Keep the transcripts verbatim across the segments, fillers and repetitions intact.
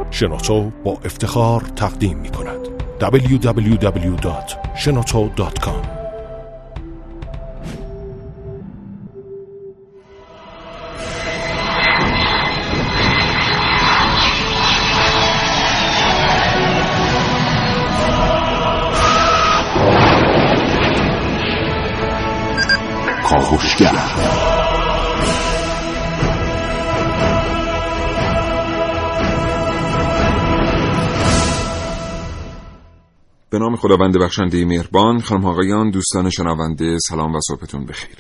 شنوتو با افتخار تقدیم می کند دبلیو دبلیو دبلیو دات شنوتو دات کام. کاوشگر به نام خداوند بخشنده مهربان. خانم آقایان، دوستان شنونده، سلام و صبحتون بخیر.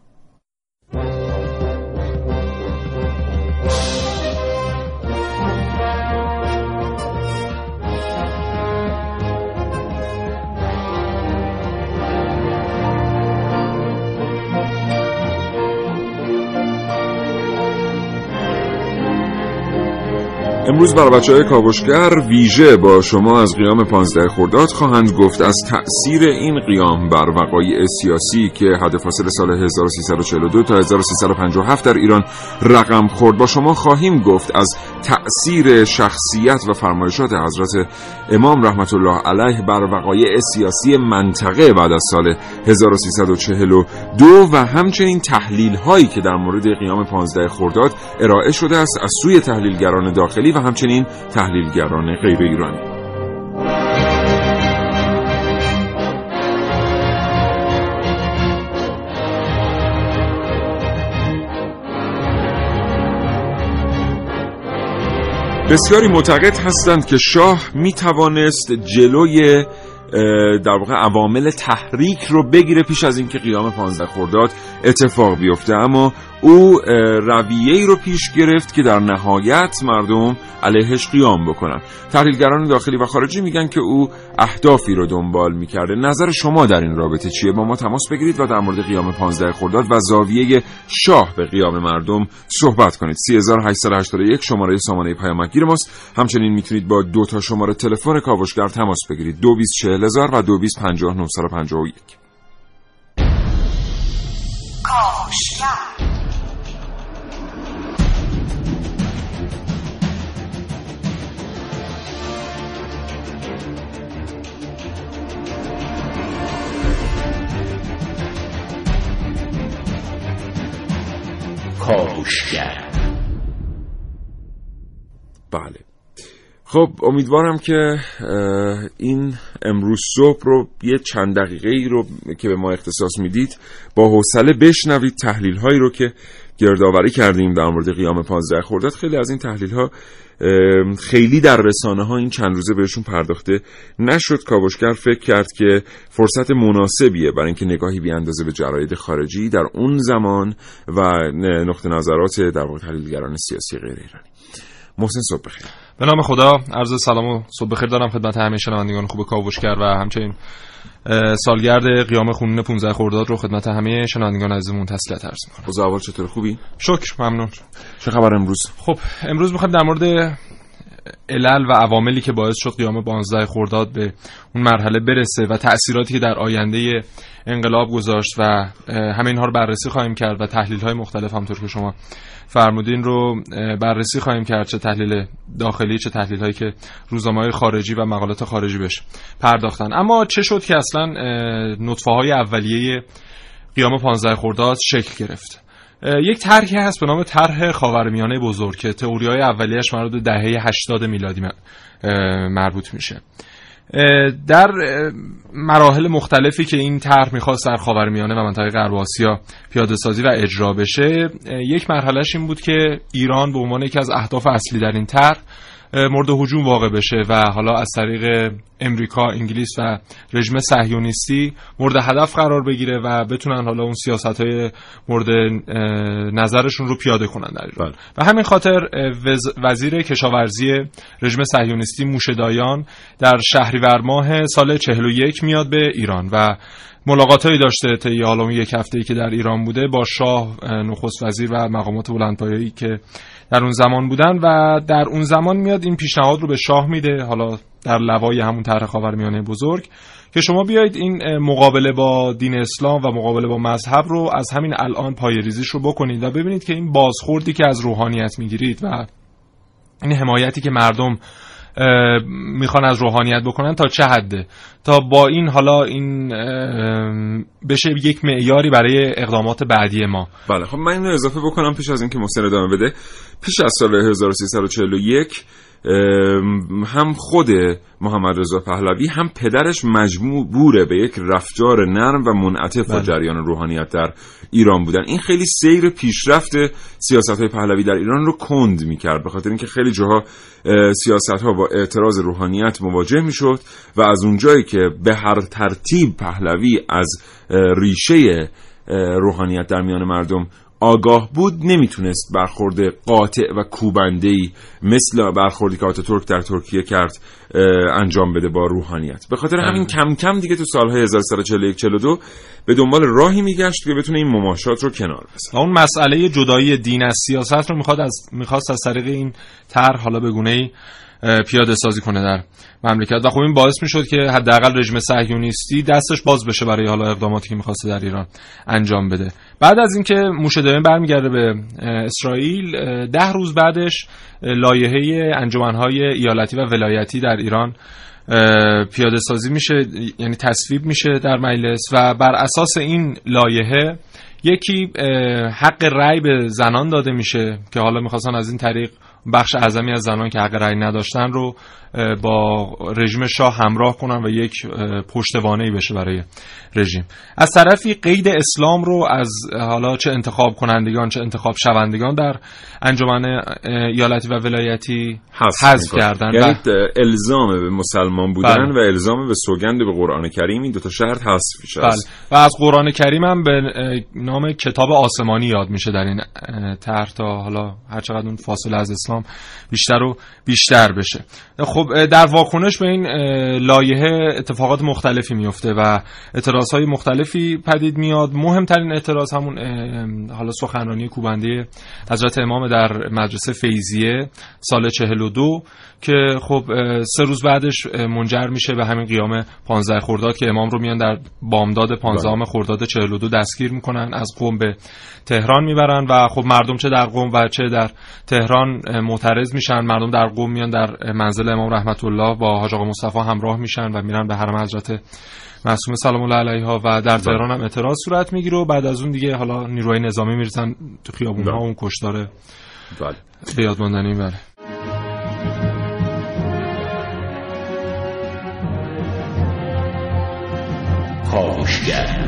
امروز برای بچه‌های کاوشگر ویژه با شما از قیام پانزده خرداد خواهند گفت. از تأثیر این قیام بر وقایع سیاسی که حد فاصل سال هزار و سیصد و چهل و دو تا هزار و سیصد و پنجاه و هفت در ایران رقم خورد با شما خواهیم گفت. از تأثیر شخصیت و فرمایشات حضرت امام رحمت الله علیه بر وقایع سیاسی منطقه بعد از سال هزار و سیصد و چهل و دو و همچنین تحلیل هایی که در مورد قیام پانزده خرداد ارائه شده است از سوی تحلیلگران داخلی و همچنین تحلیلگران غیر ایرانی. بسیاری معتقد هستند که شاه می توانست جلوی در واقع عوامل تحریک رو بگیره پیش از اینکه قیام پانزده خرداد اتفاق بیفته، اما او رویه‌ای رو پیش گرفت که در نهایت مردم علیهش قیام بکنن. تحلیلگران داخلی و خارجی میگن که او اهدافی رو دنبال میکرده. نظر شما در این رابطه چیه؟ با ما تماس بگیرید و در مورد قیام پانزده خرداد و زاویه شاه به قیام مردم صحبت کنید. سه هزار و هشتصد و هشتاد و یک شماره سامانه پیامکگیر ماست. همچنین میتونید با دو تا شماره تلفن کاوشگر تماس بگیرید: دو بیست چهل هزار و دو بیست پنجاه نهصد و پنجاه و یک. کاوشگر کاوشگر. بله، خب امیدوارم که این امروز صبح رو یه چند دقیقه ای رو که به ما اختصاص میدید با حوصله بشنوید. تحلیل هایی رو که گردآوری کردیم در مورد قیام پانزده خرداد، خیلی از این تحلیل ها خیلی در رسانه ها این چند روزه بهشون پرداخته نشد. کاوشگر فکر کرد که فرصت مناسبیه برای اینکه نگاهی بی اندازه به جراید خارجی در اون زمان و نقطه نظرات در واقع تحلیلگران سیاسی غیر ایرانی. محسن صبح بخیر. به نام خدا، عرض سلام و صبح بخیر دارم خدمت همه شنوندگان خوب کاوشگر و همچنین سالگرد قیام خونین پانزده خرداد رو خدمت همه شنوندگان عزیزمون تسلیت عرض می‌کنم. اوضاع احوال چطور؟ خوبی؟ شکر، ممنون. چه خبر امروز؟ خب امروز می‌خوایم در مورد علل و عواملی که باعث شد قیام پانزده خرداد به اون مرحله برسه و تأثیراتی که در آینده انقلاب گذاشت و همه اینها رو بررسی خواهیم کرد و تحلیل‌های مختلف همونطور که شما فرمودین رو بررسی خواهیم کرد، چه تحلیل داخلی چه تحلیل‌هایی که روزنامه‌های خارجی و مقالات خارجی بهش پرداختن. اما چه شد که اصلا نطفه‌های اولیه قیام پانزده خرداد شکل گرفت؟ یک طرحی هست به نام طرح خاورمیانه بزرگ که تئوری‌های اولیه‌اش مربوط به دهه هشتاد میلادی مربوط میشه. در مراحل مختلفی که این طرح می‌خواست در خاورمیانه و منطقه غرب آسیا پیاده‌سازی و اجرا بشه، یک مرحله‌اش این بود که ایران به عنوان یکی از اهداف اصلی در این طرح مورد هجوم واقع بشه و حالا از طریق امریکا، انگلیس و رژیم صهیونیستی مورد هدف قرار بگیره و بتونن حالا اون سیاست‌های مورد نظرشون رو پیاده کنن در ایران. و همین خاطر وزیر کشاورزی رژیم صهیونیستی موشه دایان در شهریور ماه سال چهل و یک میاد به ایران و ملاقاتایی داشته طی حالا یک هفته‌ای که در ایران بوده با شاه، نخست وزیر و مقامات بلندپایه‌ای که در اون زمان بودن و در اون زمان میاد این پیشنهاد رو به شاه میده، حالا در لوای همون طرح خاورمیانه بزرگ، که شما بیایید این مقابله با دین اسلام و مقابله با مذهب رو از همین الان پایه‌ریزیش رو بکنید و ببینید که این بازخوردی که از روحانیت میگیرید و این حمایتی که مردم میخوان از روحانیت بکنن تا چه حده، تا با این حالا این بشه یک معیاری برای اقدامات بعدی ما. بله خب من اینو اضافه بکنم پیش از اینکه محسن ادامه بده. پیش از سال هزار و سیصد و چهل و یک هم خود محمد رضا پهلوی هم پدرش مجبوره به یک رفتار نرم و منعطف با جریان روحانیت در ایران بودن. این خیلی سیر پیشرفت سیاست‌های پهلوی در ایران رو کند می‌کرد، به خاطر اینکه خیلی جاها سیاست‌ها با اعتراض روحانیت مواجه می‌شد و از اونجایی که به هر ترتیب پهلوی از ریشه روحانیت در میان مردم آگاه بود، نمیتونست برخورد قاطع و کوبنده‌ای مثل برخوردی که آتاتورک در ترکیه کرد انجام بده با روحانیت. به خاطر همین کم کم دیگه تو سالهای هزار و سیصد و چهل و یک چهل و دو به دنبال راهی میگشت که بتونه این مماشات رو کنار بذاره. اون مسئله جدایی دین از سیاست رو میخواد از میخواست از طریق این طرح حالا به گونه‌ای پیاده سازی کنه در مملکت و خب این باعث میشد که حداقل رژیم صهیونیستی دستش باز بشه برای حالا اقداماتی که میخواسته در ایران انجام بده. بعد از اینکه موشه دائم برمیگرده به اسرائیل، ده روز بعدش لایحه انجمنهای ایالتی و ولایتی در ایران پیاده سازی میشه، یعنی تصویب میشه در مجلس و بر اساس این لایحه یکی حق رأی به زنان داده میشه که حالا میخواستن از این طریق بخش اعظمی از زنان که حق رأی نداشتن رو با رژیم شاه همراه کنن و یک پشتوانه‌ای بشه برای رژیم. از طرفی قید اسلام رو از حالا چه انتخاب کنندگان چه انتخاب شوندگان در انجمن ایالتی و ولایتی حذف کردن، یعنی الزام به مسلمان بودن بله. و الزام به سوگند به قرآن کریم، این دو تا شرط حذف میشه. بله. و از قرآن کریم هم به نام کتاب آسمانی یاد میشه در این طرح تا حالا هر چقدر اون فاصله از اسلام بیشتر و بیشتر بشه. خب در واکنش به این لایحه اتفاقات مختلفی میفته و اعتراضهای مختلفی پدید میاد. مهمترین اعتراض همون حالا سخنرانی کوبنده حضرت امام در مدرسه فیضیه سال چهل و دو که خب سه روز بعدش منجر میشه به همین قیام پانزده خرداد که امام رو میان در بامداد پانزدهم خرداد چهل و دو دستگیر میکنن، از قم به تهران میبرن و خب مردم چه در قم و چه در تهران معترض میشن. مردم در قم میان در منزل امام رحمت الله با حاج آقا مصطفی همراه میشن و میرن به حرم حضرت معصومه سلام الله علیها و در تهران هم اعتراض صورت میگیره و بعد از اون دیگه حالا نیروهای نظامی میرسن تو خیابون‌ها اون کشتار بله به یاد ماندنی. بله کاوشگر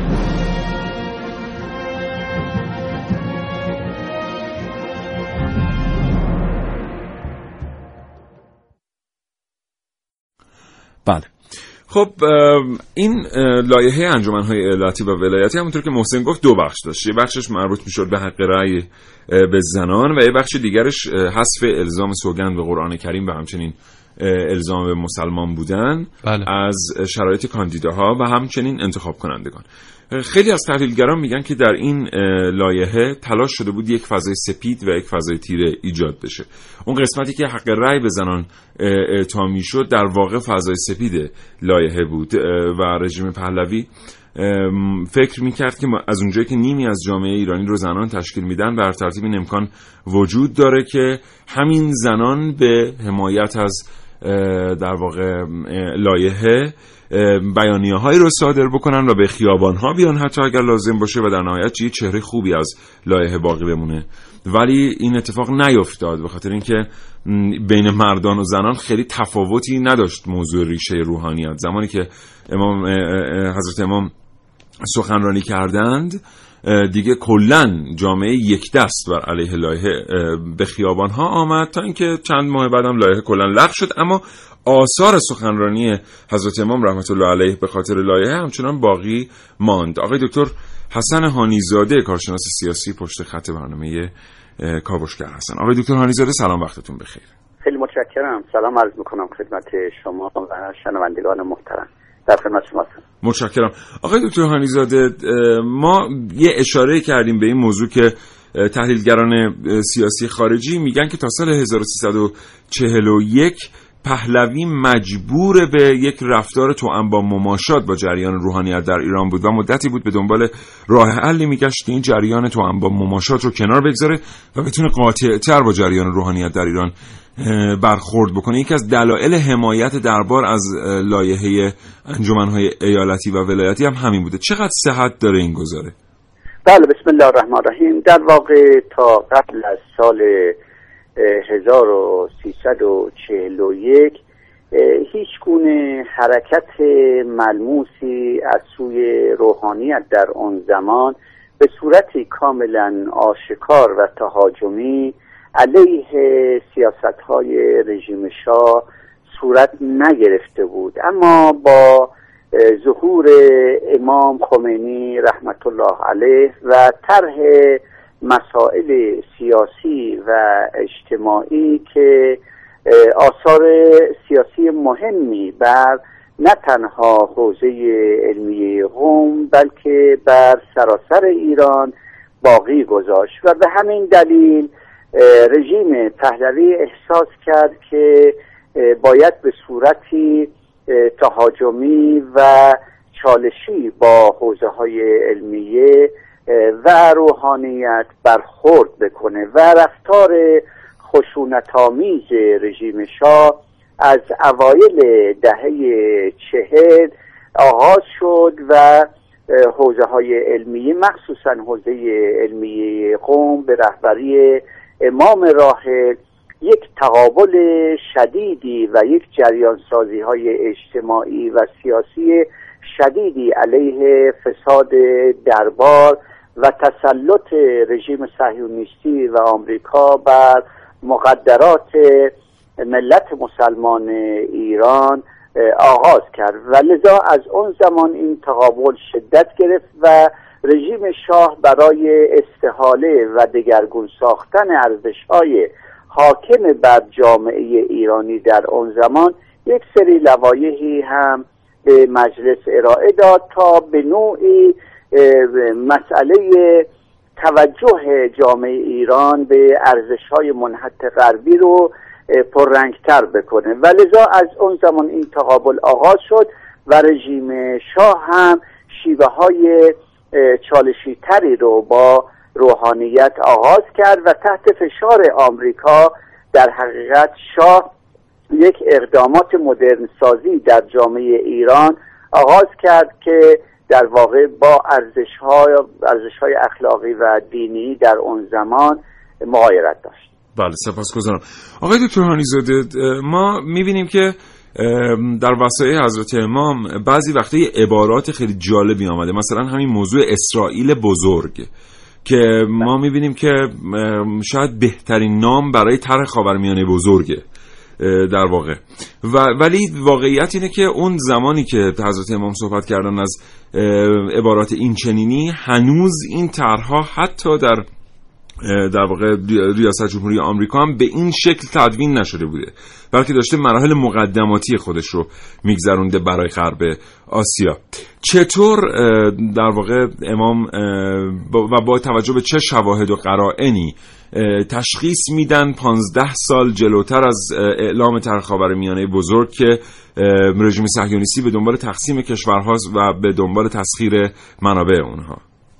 بله خب این لایحه انجمن‌های ایالتی و ولایتی همونطور که محسن گفت دو بخش داشت. یه بخشش مربوط می‌شد به حق رأی به زنان و یه بخش دیگرش حذف الزام سوگند به قرآن کریم و همچنین الزام به مسلمان بودن بله. از شرایط کاندیداها و همچنین انتخاب کنندگان. خیلی از تحلیلگران میگن که در این لایحه تلاش شده بود یک فضای سپید و یک فضای تیره ایجاد بشه. اون قسمتی که حق رأی به زنان اعطا میشد در واقع فضای سپید لایحه بود و رژیم پهلوی فکر میکرد که از اونجایی که نیمی از جامعه ایرانی رو زنان تشکیل میدن بر ترتیب این امکان وجود داره که همین زنان به حمایت از در واقع لایحه بیانیه هایی رو صادر بکنن و به خیابان ها بیان حتی اگر لازم باشه و در نهایت یه چهره خوبی از لایحه باقی بمونه. ولی این اتفاق نیفتاد به خاطر اینکه بین مردان و زنان خیلی تفاوتی نداشت موضوع ریشه روحانیت. زمانی که امام حضرت امام سخنرانی کردند دیگه کلن جامعه یک دست بر علیه لایحه به خیابان ها آمد تا اینکه چند ماه بعدم لایحه کلن لغو شد، اما آثار سخنرانی حضرت امام رحمت الله علیه به خاطر لایحه همچنان باقی ماند. آقای دکتر حسن هانیزاده کارشناس سیاسی پشت خط برنامه کاوشگر هستن. آقای دکتر هانیزاده سلام، وقتتون بخیر. خیلی متشکرم. سلام عرض میکنم خدمت شما و شنوندگان محترم. در خدمت شما هستم. متشکرم. آقای دکتر هانیزاده ما یه اشاره کردیم به این موضوع که تحلیلگران سیاسی خارجی میگن که تا سال هزار و سیصد و چهل و یک پهلوی مجبور به یک رفتار توأم با مماشات با جریان روحانیت در ایران بود و مدتی بود به دنبال راه حلی میگشت که این جریان توأم با مماشات رو کنار بگذاره و بتونه قاطع‌تر با جریان روحانیت در ایران برخورد بکنه. یکی از دلایل حمایت دربار از لایحه انجمن‌های ایالتی و ولایتی هم همین بوده. چقدر صحت داره این گزاره؟ بله، بسم الله الرحمن الرحیم. در واقع تا قبل از سال هزار و سیصد و چهل و یک هیچ گونه حرکت ملموسی از سوی روحانیت در آن زمان به صورتی کاملا آشکار و تهاجمی علیه سیاست‌های رژیم شاه صورت نگرفته بود. اما با ظهور امام خمینی رحمت الله علیه و طرح مسائل سیاسی و اجتماعی که آثار سیاسی مهمی بر نه تنها حوزه علمیه قم بلکه بر سراسر ایران باقی گذاشت و به همین دلیل رژیم پهلوی احساس کرد که باید به صورتی تهاجمی و چالشی با حوزه های علمیه و روحانیت برخورد بکنه و رفتار خشونت‌آمیز رژیم شاه از اوایل دهه چهل آغاز شد و حوزه های علمیه مخصوصا حوزه علمیه قم به رهبری امام راحل یک تقابل شدیدی و یک جریان سازی های اجتماعی و سیاسی شدیدی علیه فساد دربار و تسلط رژیم صهیونیستی و آمریکا بر مقدرات ملت مسلمان ایران آغاز کرد و لذا از اون زمان این تقابل شدت گرفت و رژیم شاه برای استحاله و دگرگون ساختن ارزش‌های حاکم بر جامعه ایرانی در اون زمان یک سری لوایحی هم به مجلس ارائه داد تا به نوعی مسئله توجه جامعه ایران به ارزش‌های منحط غربی رو پررنگتر بکنه و لذا از اون زمان این تقابل آغاز شد و رژیم شاه هم شیوه های چالشی تری رو با روحانیت آغاز کرد و تحت فشار آمریکا در حقیقت شاه یک اقدامات مدرن سازی در جامعه ایران آغاز کرد که در واقع با ارزش‌های ارزش‌های اخلاقی و دینی در اون زمان مغایرت داشت. بله، سپاسگزارم. آقای دکتر هانی‌زاده، ما می‌بینیم که در وصایای حضرت امام بعضی وقتا عبارات خیلی جالبی آمده، مثلا همین موضوع اسرائیل بزرگ که ما می‌بینیم که شاید بهترین نام برای طرح خاورمیانه بزرگه در واقع و ولی واقعیت اینه که اون زمانی که حضرت امام صحبت کردن از عبارات این چنینی هنوز این طرح‌ها حتی در در واقع ریاست جمهوری آمریکا هم به این شکل تدوین نشده بوده، بلکه داشته مراحل مقدماتی خودش رو میگذرونده برای غرب آسیا. چطور در واقع امام و با توجه به چه شواهد و قرائنی تشخیص میدن پانزده سال جلوتر از اعلام طرح خاورمیانه بزرگ که رژیم صهیونیستی به دنبال تقسیم کشورهاست و به دنبال تسخیر منابع اونها؟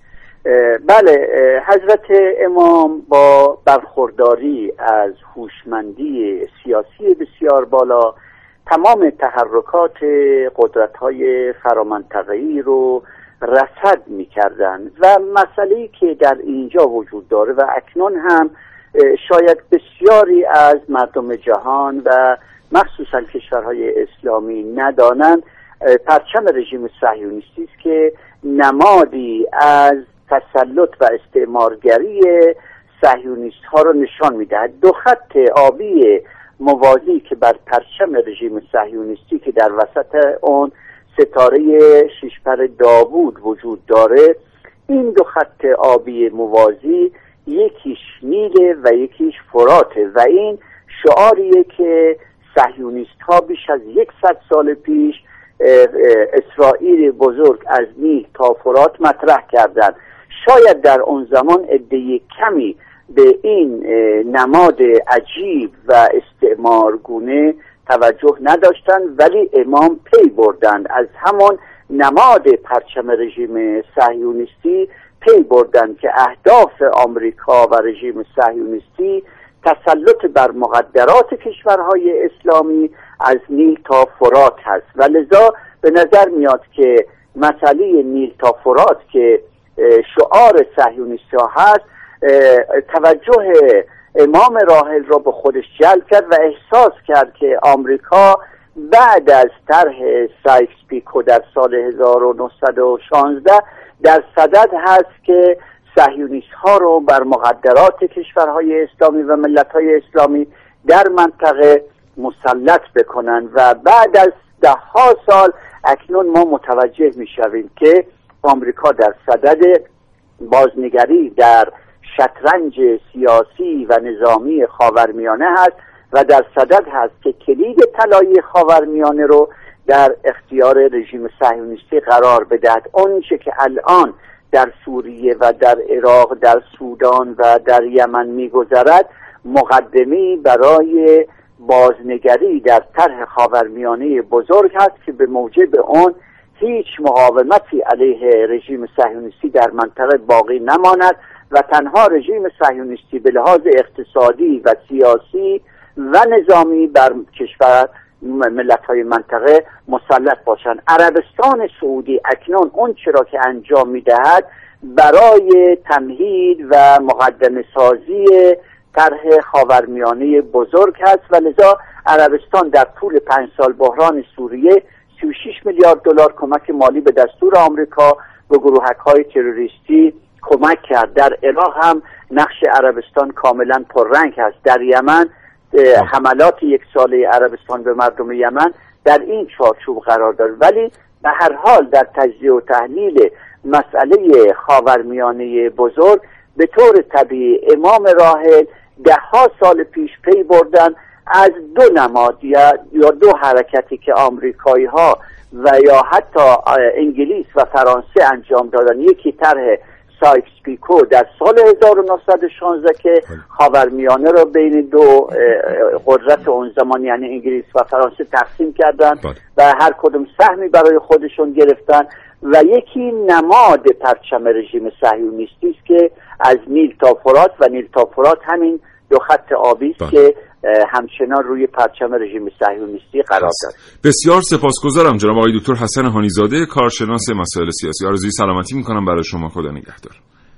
بله، حضرت امام با برخورداری از هوشمندی سیاسی بسیار بالا تمام تحرکات قدرت‌های فرامنطقه‌ای رو رصد می‌کردند و مسئله‌ای که در اینجا وجود داره و اکنون هم شاید بسیاری از مردم جهان و مخصوصا کشورهای اسلامی ندانند، پرچم رژیم صهیونیستی است که نمادی از تسلط و استعمارگری صهیونیست ها رو نشان میدهد. دو خط آبی موازی که بر پرچم رژیم صهیونیستی که در وسط اون ستاره ششپر داوود وجود داره، این دو خط آبی موازی یکیش نیله و یکیش فراته و این شعاریه که صهیونیست ها بیش از یکصد سال پیش اسرائیل بزرگ از نیل تا فرات مطرح کردند. شاید در اون زمان عده کمی به این نماد عجیب و استعمارگونه توجه نداشتند، ولی امام پی بردند از همون نماد پرچم رژیم صهیونیستی پی بردند که اهداف آمریکا و رژیم صهیونیستی تسلط بر مقدرات کشورهای اسلامی از نیل تا فرات هست و لذا به نظر میاد که مسئله نیل تا فرات که شعار صهیونیستی ها هست توجه امام راحل را به خودش جلب کرد و احساس کرد که آمریکا بعد از طرح سایکس پیکو در سال هزار و نهصد و شانزده در صدد هست که صهیونیست ها رو بر مقدرات کشورهای اسلامی و ملت‌های اسلامی در منطقه مسلط بکنن و بعد از ده ها سال اکنون ما متوجه میشویم که آمریکا در صدد بازنگری در شطرنج سیاسی و نظامی خاورمیانه هست و در صدد هست که کلید طلایی خاورمیانه رو در اختیار رژیم صهیونیستی قرار بدهد. اونچه که الان در سوریه و در عراق، در سودان و در یمن میگذرد مقدمی برای بازنگری در طرح خاورمیانه بزرگ هست که به موجب اون هیچ مقاومتی علیه رژیم صهیونیستی در منطقه باقی نماند و تنها رژیم صهیونیستی به لحاظ اقتصادی و سیاسی و نظامی بر کشور ملت‌های منطقه مسلط باشند. عربستان سعودی اکنون اون چرا که انجام می‌دهد برای تمهید و مقدمه سازی طرح خاورمیانه بزرگ هست و لذا عربستان در طول پنج سال بحران سوریه سی و شش میلیارد دلار کمک مالی به دستور آمریکا به گروهک‌های تروریستی کمک کرد. در عراق هم نقش عربستان کاملا پررنگ هست. در یمن حملات یک ساله عربستان به مردم یمن در این چارچوب قرار دارد. ولی به هر حال در تجزیه و تحلیل مسئله خاورمیانه بزرگ به طور طبیعی امام راحل ده ها سال پیش پی بردن از دو نماد یا دو حرکتی که آمریکایی ها و یا حتی انگلیس و فرانسه انجام دادن. یکی طرح سایکس پیکو در سال هزار و نهصد و شانزده که خاورمیانه را بین دو قدرت اون زمان یعنی انگلیس و فرانسه تقسیم کردن و هر کدوم سهمی برای خودشون گرفتن و یکی نماد پرچم رژیم صهیونیستی است که از نیل تا فرات و نیل تا فرات همین دو خط آبی است که همچنان روی پرچم رژیم صهیونیستی قرار دارد. بسیار سپاسگزارم جناب آقای دکتر حسن هانیزاده، کارشناس مسائل سیاسی. آرزوی سلامتی میکنم برای شما. خدا نگهدار.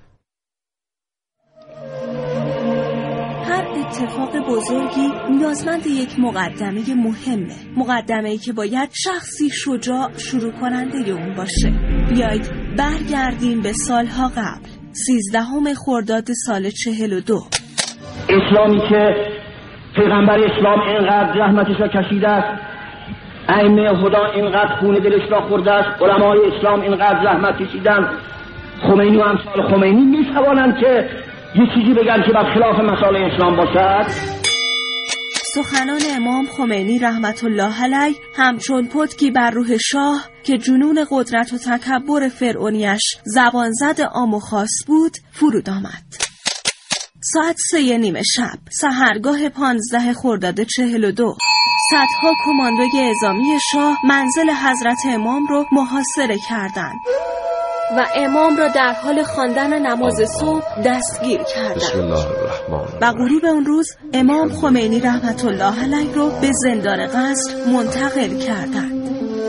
هر اتفاق بزرگی نیازمند یک مقدمه مهمه. مقدمه‌ای که باید شخصی شجاع شروع کننده اون باشه. بیایید برگردیم به سالها قبل. سیزدهم خرداد سال چهل و دو. اسلامی که پیغمبر اسلام اینقدر رحمتش را کشیده است، ائمه خدا اینقدر خون دلش را خورده است، علمای اسلام اینقدر رحمت کشیدند، خمینی و امثال خمینی میتوانند که یه چیزی بگن که بر خلاف مسائل اسلام باشد؟ سخنان امام خمینی رحمت الله علیه همچون پتکی بر روح شاه که جنون قدرت و تکبر فرعونیش زبان زد عام و خاص بود فرود آمد. ساعت سه نیمه شب سحرگاه پانزده خرداد چهل و دو صدها کماندوی اعزامی شاه منزل حضرت امام رو محاصره کردند و امام را در حال خواندن نماز صبح دستگیر کردند. بسم الله الرحمن. و غروب اون روز امام خمینی رحمت الله علیه رو به زندان قصر منتقل کردند.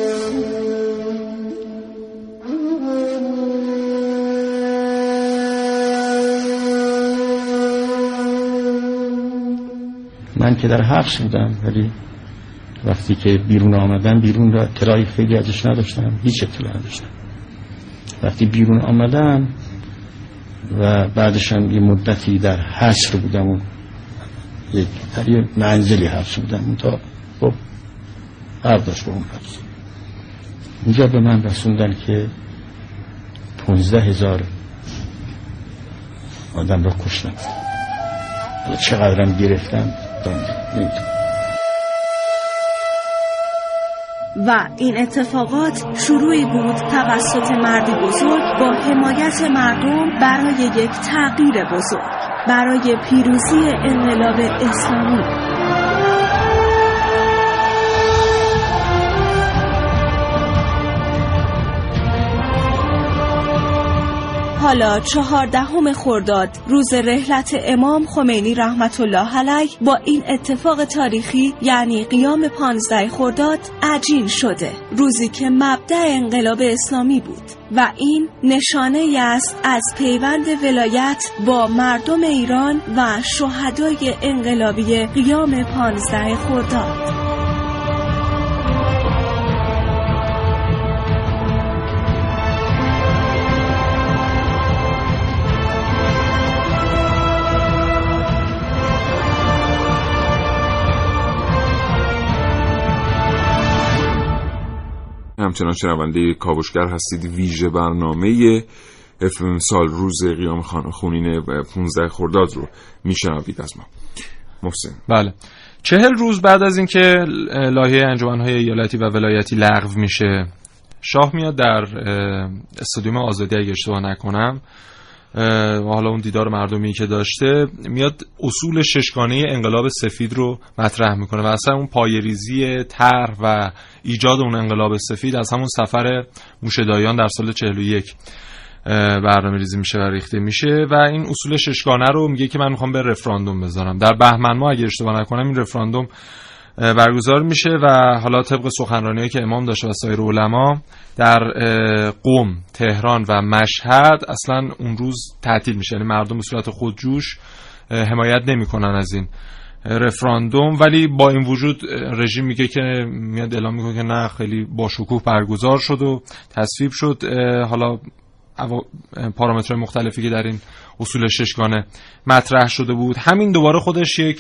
من که در حبس بودم ولی وقتی که بیرون آمدم بیرون را اطلاعی خیلی ازش نداشتم، هیچ اطلاعی نداشتم. وقتی بیرون آمدم و بعدش هم یه مدتی در حصر بودم و یک در یه منزلی حبس بودم تا خب حق داشت به اون حبس. اینجا به من رسوندن که پونزده هزار آدم را کشتن. چقدرم گرفتم نمیدونم. و این اتفاقات شروعی بود توسط مردی بزرگ با حمایت مردم برای یک تغییر بزرگ، برای پیروزی انقلاب اسلامی. حالا چهاردهم خرداد روز رحلت امام خمینی رحمت الله علیه با این اتفاق تاریخی یعنی قیام پانزده خرداد عجین شده، روزی که مبدأ انقلاب اسلامی بود و این نشانه است از پیوند ولایت با مردم ایران و شهدای انقلابی قیام پانزده خرداد. همچنان شنونده کاوشگر هستید. ویژه برنامه سال روز قیام خونین پانزده خرداد رو میشنوید از ما. محسن. بله. چهل روز بعد از اینکه لایحه انجمن‌های ایالتی و ولایتی لغو میشه، شاه میاد در استادیوم آزادی اگه اشتباه نکنم و حالا اون دیدار مردمی که داشته، میاد اصول ششگانه انقلاب سفید رو مطرح میکنه و اصلا اون پایه‌ریزی طرح و ایجاد اون انقلاب سفید از همون سفر موشه‌دایان در سال چهل و یک برنامه ریزی میشه و ریخته میشه و این اصول ششگانه رو میگه که من میخوام به رفراندوم بذارم. در بهمن ماه اگه اشتباه نکنم این رفراندوم برگزار میشه و حالا طبق سخنرانی‌هایی که امام داشته و سایر علما در قم، تهران و مشهد اصلا اون روز تعطیل میشه، یعنی مردم به صورت خودجوش حمایت نمیکنن از این رفراندوم. ولی با این وجود رژیم میگه که میاد اعلام میکنه که نه، خیلی با شکوه برگزار شد و تصویب شد. حالا پارامترهای مختلفی که در این اصول ششگانه مطرح شده بود، همین دوباره خودش یک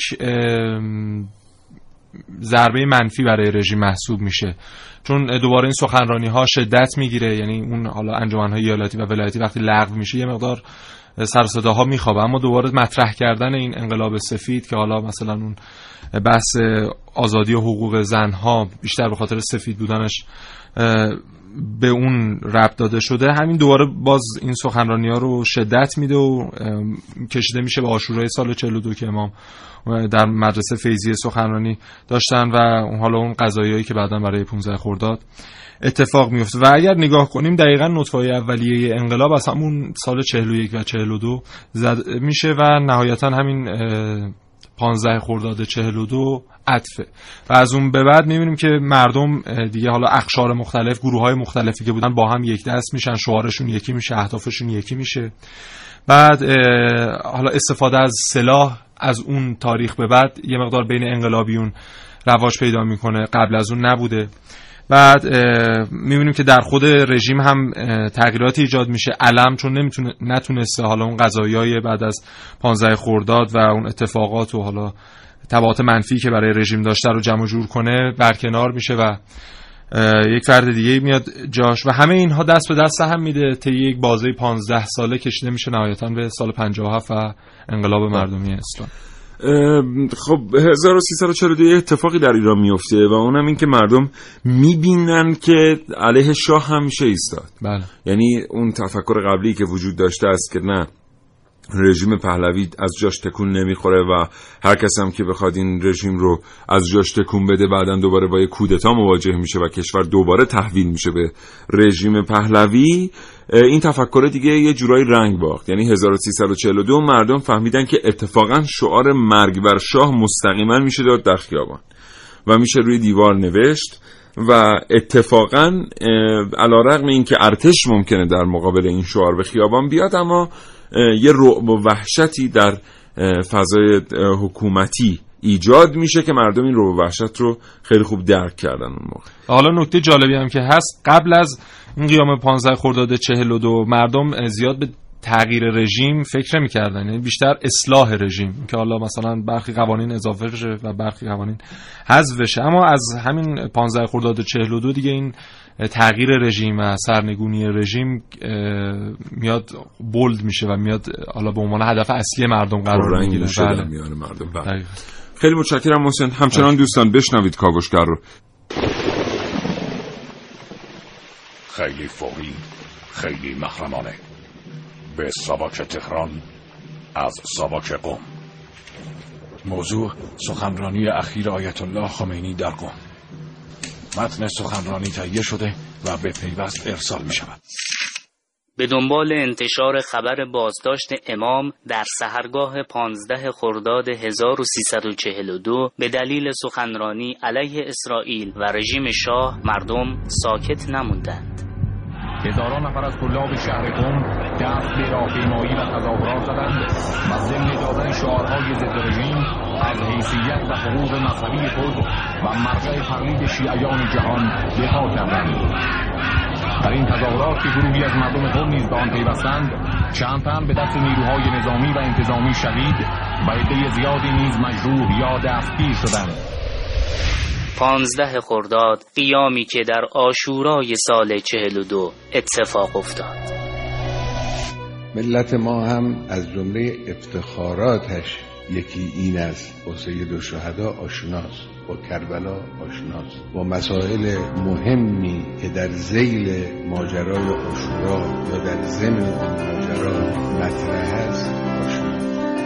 ضربه منفی برای رژیم محسوب میشه، چون دوباره این سخنرانی ها شدت میگیره. یعنی اون حالا انجمن‌های ایالتی و ولایتی وقتی لغو میشه یه مقدار سر و صداها میخوابه، اما دوباره مطرح کردن این انقلاب سفید که حالا مثلا اون بحث آزادی و حقوق زنها بیشتر به خاطر سفید بودنش به اون ربط داده شده، همین دوباره باز این سخنرانی ها رو شدت میده و کشیده میشه به عاشورای سال چهل و دو که امام در مدرسه فیضیه سخنرانی داشتن و حالا اون قضایایی که بعداً برای پانزده خرداد اتفاق میفته. و اگر نگاه کنیم دقیقاً نطفه‌های اولیه انقلاب از همون سال چهل و یک و چهل و دو زد میشه و نهایتاً همین پانزده خرداد چهل و دو عطفه و از اون به بعد میبینیم که مردم دیگه حالا اقشار مختلف، گروه‌های مختلفی که بودن با هم یک دست میشن، شعارشون یکی میشه، اهدافشون یکی میشه. بعد حالا استفاده از سلاح از اون تاریخ به بعد یه مقدار بین انقلابیون رواج پیدا میکنه، قبل از اون نبوده. بعد میبینیم که در خود رژیم هم تغییراتی ایجاد میشه. علم چون نمیتونه نتونسته حالا اون قضایای بعد از پانزده خرداد و اون اتفاقات و حالا تبعات منفی که برای رژیم داشته رو جمع جور کنه، برکنار میشه و یک فرد دیگه میاد جاش و همه اینها دست به دست هم میده. طی یک بازه پانزده ساله کشیده میشه نهایتاً به سال پنجاه و هفت و انقلاب مردمی اسلام. خب هزار و سیصد و چهل و دو اتفاقی در ایران میفته و اونم این که مردم میبینن که علیه شاه هم میشه ایستاد. بله. یعنی اون تفکر قبلی که وجود داشته است که نه، رژیم پهلوی از جاش تکون نمیخوره و هر کس هم که بخواد این رژیم رو از جاش تکون بده بعدن دوباره با یک کودتا مواجه میشه و کشور دوباره تحویل میشه به رژیم پهلوی، این تفکر دیگه یه جورایی رنگ باخت. یعنی هزار و سیصد و چهل و دو مردم فهمیدن که اتفاقا شعار مرگ بر شاه مستقیما میشه داد در خیابان و میشه روی دیوار نوشت و اتفاقا علیرغم این که ارتش ممکنه در مقابل این شعار به خیابان بیاد، اما یه رعب و وحشتی در فضای حکومتی ایجاد میشه که مردم این رعب و وحشت رو خیلی خوب درک کردن اون موقع. حالا نکته جالبی هم که هست، قبل از این قیام پانزده خرداد چهل و دو مردم زیاد به تغییر رژیم فکر نمی‌کردن، یعنی بیشتر اصلاح رژیم که حالا مثلا برخی قوانین اضافه بشه و برخی قوانین حذف بشه. اما از همین پانزده خرداد چهل و دو دیگه این تغییر رژیم و سرنگونی رژیم میاد بولد میشه و میاد حالا به عنوان هدف اصلی مردم قرار میگیره. بله. میان مردم. بله. خیلی متشکرم محسن. همچنان بله. دوستان بشنوید کاوشگر رو. خیلی فوری، خیلی محرمانه، به ساواک تهران از ساواک قم. موضوع سخنرانی اخیر آیت الله خمینی در قم. متن سخنرانی تهیه شده و به پیوست ارسال می شود. به دنبال انتشار خبر بازداشت امام در سحرگاه پانزده خرداد هزار و سیصد و چهل و دو به دلیل سخنرانی علیه اسرائیل و رژیم شاه مردم ساکت نموندند. هزاران نفر از طلاب شهر قم دست به راهپیمایی و تظاهرات زدند و ضمن دادن شعارهای ضد رژیم از حیثیت و حقوق مذهبی خود و مرجع تقلید شیعیان جهان دفاع کردند. در این تظاهرات که گروهی از مردم قم نیز به آن پیوستند، چند تن به دست نیروهای نظامی و انتظامی شهید و عده زیادی نیز مجروح یا دستگیر شدند. پانزده خرداد، قیامی که در عاشورای سال چهل و دو اتفاق افتاد. ملت ما هم از جمله افتخاراتش یکی این است، با سید الشهدا آشناست، با کربلا آشناست، با مسائل مهمی که در ذیل ماجرای عاشورا یا در ضمن ماجرا مطرح است آشناست.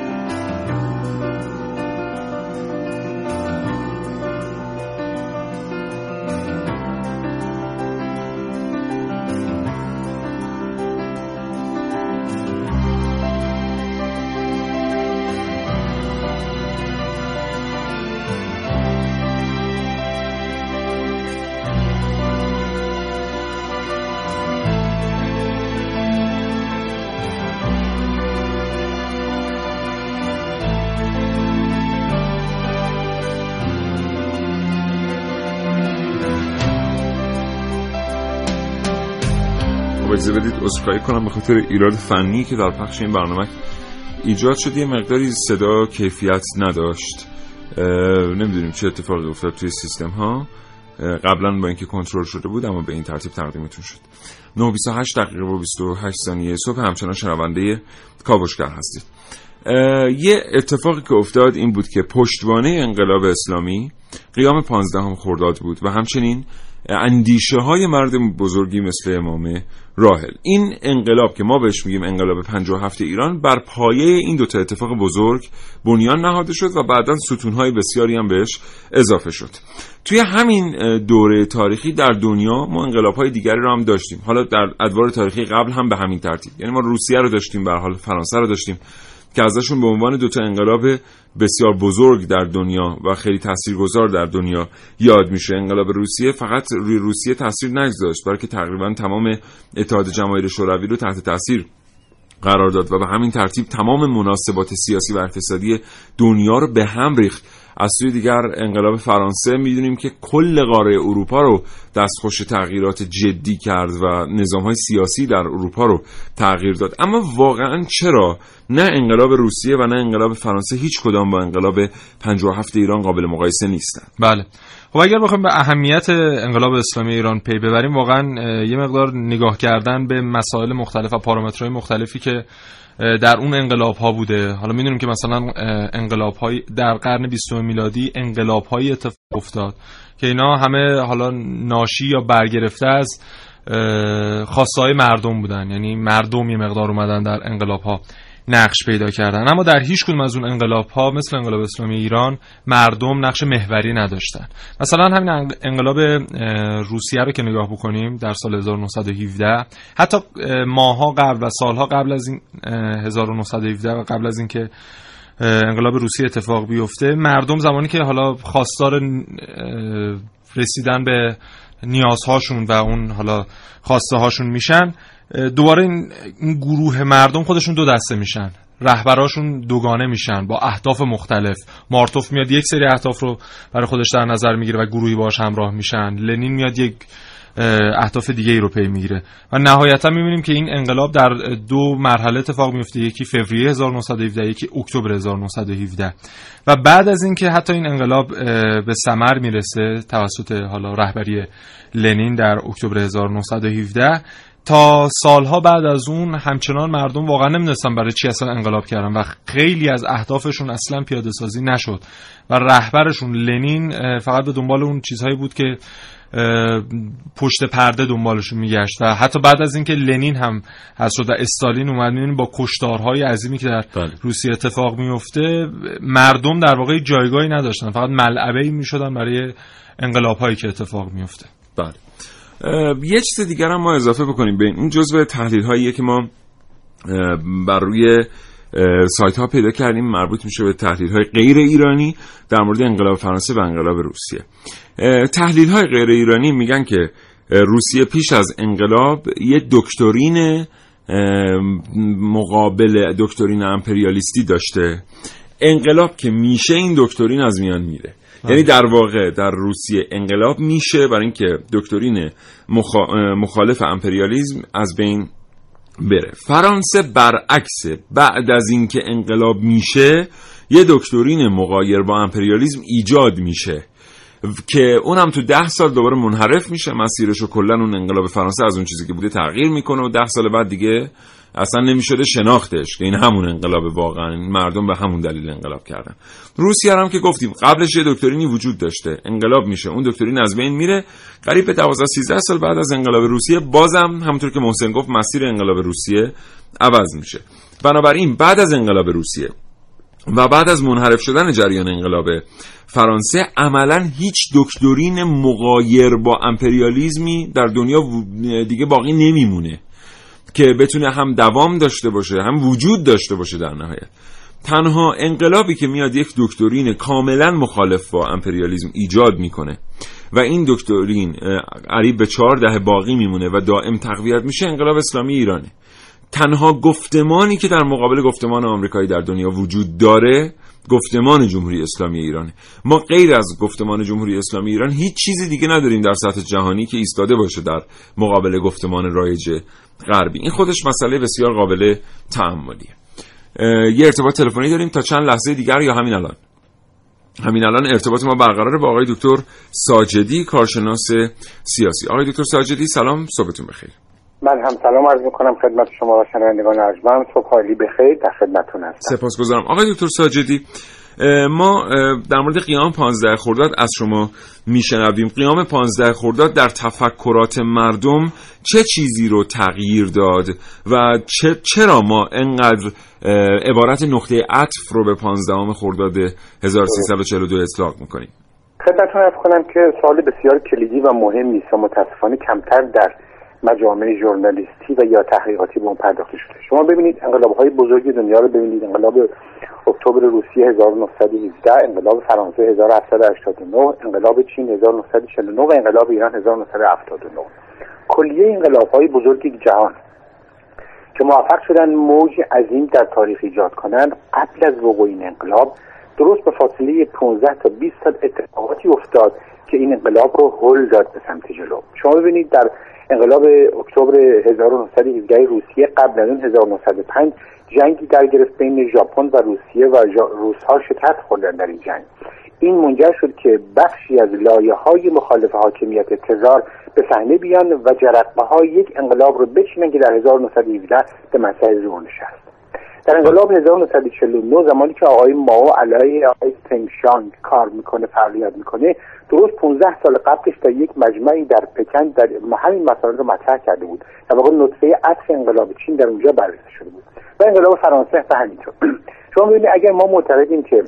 اجازه بدید عذرخواهی کنم به خاطر ایراد فنی که در پخش این برنامه ایجاد شد. یه مقداری صدا کیفیت نداشت، نمیدونیم چه اتفاقی افتاد توی سیستم ها. قبلا با اینکه کنترل شده بود اما به این ترتیب تقدیمتون شد. نه و بیست و هشت دقیقه و بیست و هشت ثانیه صبح همچنان شنونده کاوشگر هستید. یه اتفاقی که افتاد این بود که پشتوانه انقلاب اسلامی قیام پانزدهم خرداد بود و همچنین اندیشه های مرد بزرگی مثل امام راحل. این انقلاب که ما بهش میگیم انقلاب پنجاه و هفت ایران بر پایه این دوتا اتفاق بزرگ بنیان نهاده شد و بعداً ستونهای بسیاری هم بهش اضافه شد. توی همین دوره تاریخی در دنیا ما انقلاب‌های دیگری رو هم داشتیم، حالا در ادوار تاریخی قبل هم به همین ترتیب. یعنی ما روسیه رو داشتیم، به هر حال فرانسه رو داشتیم که ازشون به عنوان دوتا انقلاب بسیار بزرگ در دنیا و خیلی تاثیرگذار در دنیا یاد میشه. انقلاب روسیه فقط روی روسیه تاثیر نگذاشت، بلکه تقریبا تمام اتحاد جماهیر شوروی رو تحت تاثیر قرار داد و به همین ترتیب تمام مناسبات سیاسی و اقتصادی دنیا رو به هم ریخت. از سوی دیگر انقلاب فرانسه میدونیم که کل قاره اروپا رو دستخوش تغییرات جدی کرد و نظام‌های سیاسی در اروپا رو تغییر داد. اما واقعاً چرا نه انقلاب روسیه و نه انقلاب فرانسه هیچ کدام با انقلاب پنجاه و هفت ایران قابل مقایسه نیستن؟ بله، خب اگر بخوایم به اهمیت انقلاب اسلامی ایران پی ببریم، واقعاً یه مقدار نگاه کردن به مسائل مختلف و پارامترهای مختلفی که در اون انقلاب ها بوده. حالا میدونیم که مثلا انقلاب های در قرن بیستم میلادی انقلاب های اتفاق افتاد که اینا همه حالا ناشی یا برگرفته از خواسته های مردم بودن، یعنی مردم یه مقدار اومدن در انقلاب ها نقش پیدا کردن. اما در هیچ کدوم از اون انقلاب ها مثل انقلاب اسلامی ایران مردم نقش محوری نداشتن. مثلا همین انقلاب روسیه رو که نگاه بکنیم در سال هزار و نهصد و هفده، حتی ماها قبل و سالها قبل از این هزار و نهصد و هفده و قبل از این که انقلاب روسیه اتفاق بیفته، مردم زمانی که حالا خواستار رسیدن به نیازهاشون و اون حالا خواسته هاشون میشن، دوباره این, این گروه مردم خودشون دو دسته میشن، رهبراشون دوگانه میشن با اهداف مختلف. مارتوف میاد یک سری اهداف رو برای خودش در نظر میگیره و گروهی باهاش همراه میشن، لنین میاد یک اهداف دیگه ای رو پی میگیره و نهایتا میبینیم که این انقلاب در دو مرحله اتفاق میفته، یکی فوریه هزار و نهصد و هفده، یکی اکتبر هزار و نهصد و هفده. و بعد از این که حتی این انقلاب به ثمر میرسه توسط حالا رهبری لنین در اکتبر هزار و نهصد و هفده، تا سالها بعد از اون همچنان مردم واقعا نمیدونستن برای چی اصلا انقلاب کردن و خیلی از اهدافشون اصلا پیاده سازی نشد و رهبرشون لنین فقط به دنبال اون چیزهایی بود که پشت پرده دنبالشون میگشت و حتی بعد از اینکه لنین هم حذف شد و استالین اومد، میبینیم با کشتارهای عظیمی که در بله. روسیه اتفاق میفته، مردم در واقع جایگاهی نداشتن، فقط ملعبه‌ای میشدن برای انقلاب‌هایی که اتفاق میفته. بله. یه چیز دیگر هم ما اضافه بکنیم به این جزء تحلیل هاییه که ما بر روی سایت ها پیدا کردیم، مربوط میشه به تحلیل های غیر ایرانی در مورد انقلاب فرانسه و انقلاب روسیه. تحلیل های غیر ایرانی میگن که روسیه پیش از انقلاب یه دکترین مقابل دکترین امپریالیستی داشته، انقلاب که میشه این دکترین از میان میره. یعنی در واقع در روسیه انقلاب میشه برای اینکه دکترین مخا... مخالف امپریالیسم از بین بره. فرانسه برعکس، بعد از اینکه انقلاب میشه یه دکترین مغایر با امپریالیسم ایجاد میشه که اونم تو ده سال دوباره منحرف میشه، مسیرشو کلا اون انقلاب فرانسه از اون چیزی که بوده تغییر میکنه و ده سال بعد دیگه اصلا نمیشده شناختش که این همون انقلاب، واقعا مردم به همون دلیل انقلاب کردن. روسیه هم که گفتیم قبلش یه دکترینی وجود داشته، انقلاب میشه، اون دکترین از بین میره، قریب به دوازده سیزده سال بعد از انقلاب روسیه بازم همونطور که محسن گفت مسیر انقلاب روسیه عوض میشه. بنابراین بعد از انقلاب روسیه و بعد از منحرف شدن جریان انقلاب فرانسه عملاً هیچ دکترین مغایر با امپریالیسمی در دنیا دیگه باقی نمیمونه که بتونه هم دوام داشته باشه هم وجود داشته باشه. در نهایت تنها انقلابی که میاد یک دکترین کاملا مخالف با امپریالیسم ایجاد میکنه و این دکترین قریب به چهار دهه باقی میمونه و دائم تقویت میشه، انقلاب اسلامی ایرانه. تنها گفتمانی که در مقابل گفتمان آمریکایی در دنیا وجود داره گفتمان جمهوری اسلامی ایرانه. ما غیر از گفتمان جمهوری اسلامی ایران هیچ چیزی دیگه نداریم در سطح جهانی که ایستاده باشه در مقابل گفتمان رایج غربی. این خودش مسئله بسیار قابل تأملیه. یه ارتباط تلفنی داریم تا چند لحظه دیگر یا همین الان؟ همین الان ارتباط ما برقراره با آقای دکتر ساجدی، کارشناس سیاسی. آقای دکتر ساجدی سلام، صبحتون بخیر. من هم سلام عرض میکنم خدمت شما و شنوندگان ارجمند. صبح خالی بخیر، در خدمتتون هستم. سپاسگزارم. آقای دکتر ساجدی، ما در مورد قیام پانزده خرداد از شما میشنویم. قیام پانزده خرداد در تفکرات مردم چه چیزی رو تغییر داد و چه چرا ما انقدر عبارت نقطه عطف رو به پانزدهم خرداد هزار و سیصد و چهل و دو اطلاق میکنیم؟ خدمتتون عرض کنم که سوال بسیار کلیدی و مهمی است و متاسفانه کمتر در مجامع ژورنالیستی و یا تحقیقاتی به اون پرداخته شده. شما ببینید انقلاب‌های بزرگ دنیا رو ببینید، انقلاب اکتبر روسیه هزار و نهصد و هفده، انقلاب فرانسه هزار و هفتصد و هشتاد و نه، انقلاب چین هزار و نهصد و چهل و نه و انقلاب ایران هزار و نهصد و هفتاد و نه. کلیه انقلاب‌های بزرگ جهان که موفق شدن موج عظیم در تاریخ ایجاد کنند، قبل از وقوع این انقلاب درست به فاصله پانزده تا بیست سال اتفاقاتی افتاد که این انقلاب رو هل داد به سمت جلو. شما ببینید در انقلاب اکتبر هزار و نهصد و هفده روسیه قبل از اون هزار و نهصد و پنج جنگی در گرفت بین ژاپن و روسیه و روس‌ها شکست خوردن در این جنگ. این منجر شد که بخشی از لایه‌های مخالف حاکمیت تزار به صحنه بیان و جرقه‌های یک انقلاب رو بچینن که در هزار و نهصد و هفده به مسئله ظهور نشست. در انقلاب هزار و نهصد و چهل و نه زمانی که آقای مائو علیه آقای تنگشانگ کار میکنه، فعالیت میکنه، درست پانزده سال قبلش در یک مجمعی در پکن در همین مسائل رو مطرح کرده بود. در واقع نطفه عطف انقلاب چین در اونجا بررسی شده بود و انقلاب فرانسه به همینطور. شما ببینید اگر ما معتقدیم که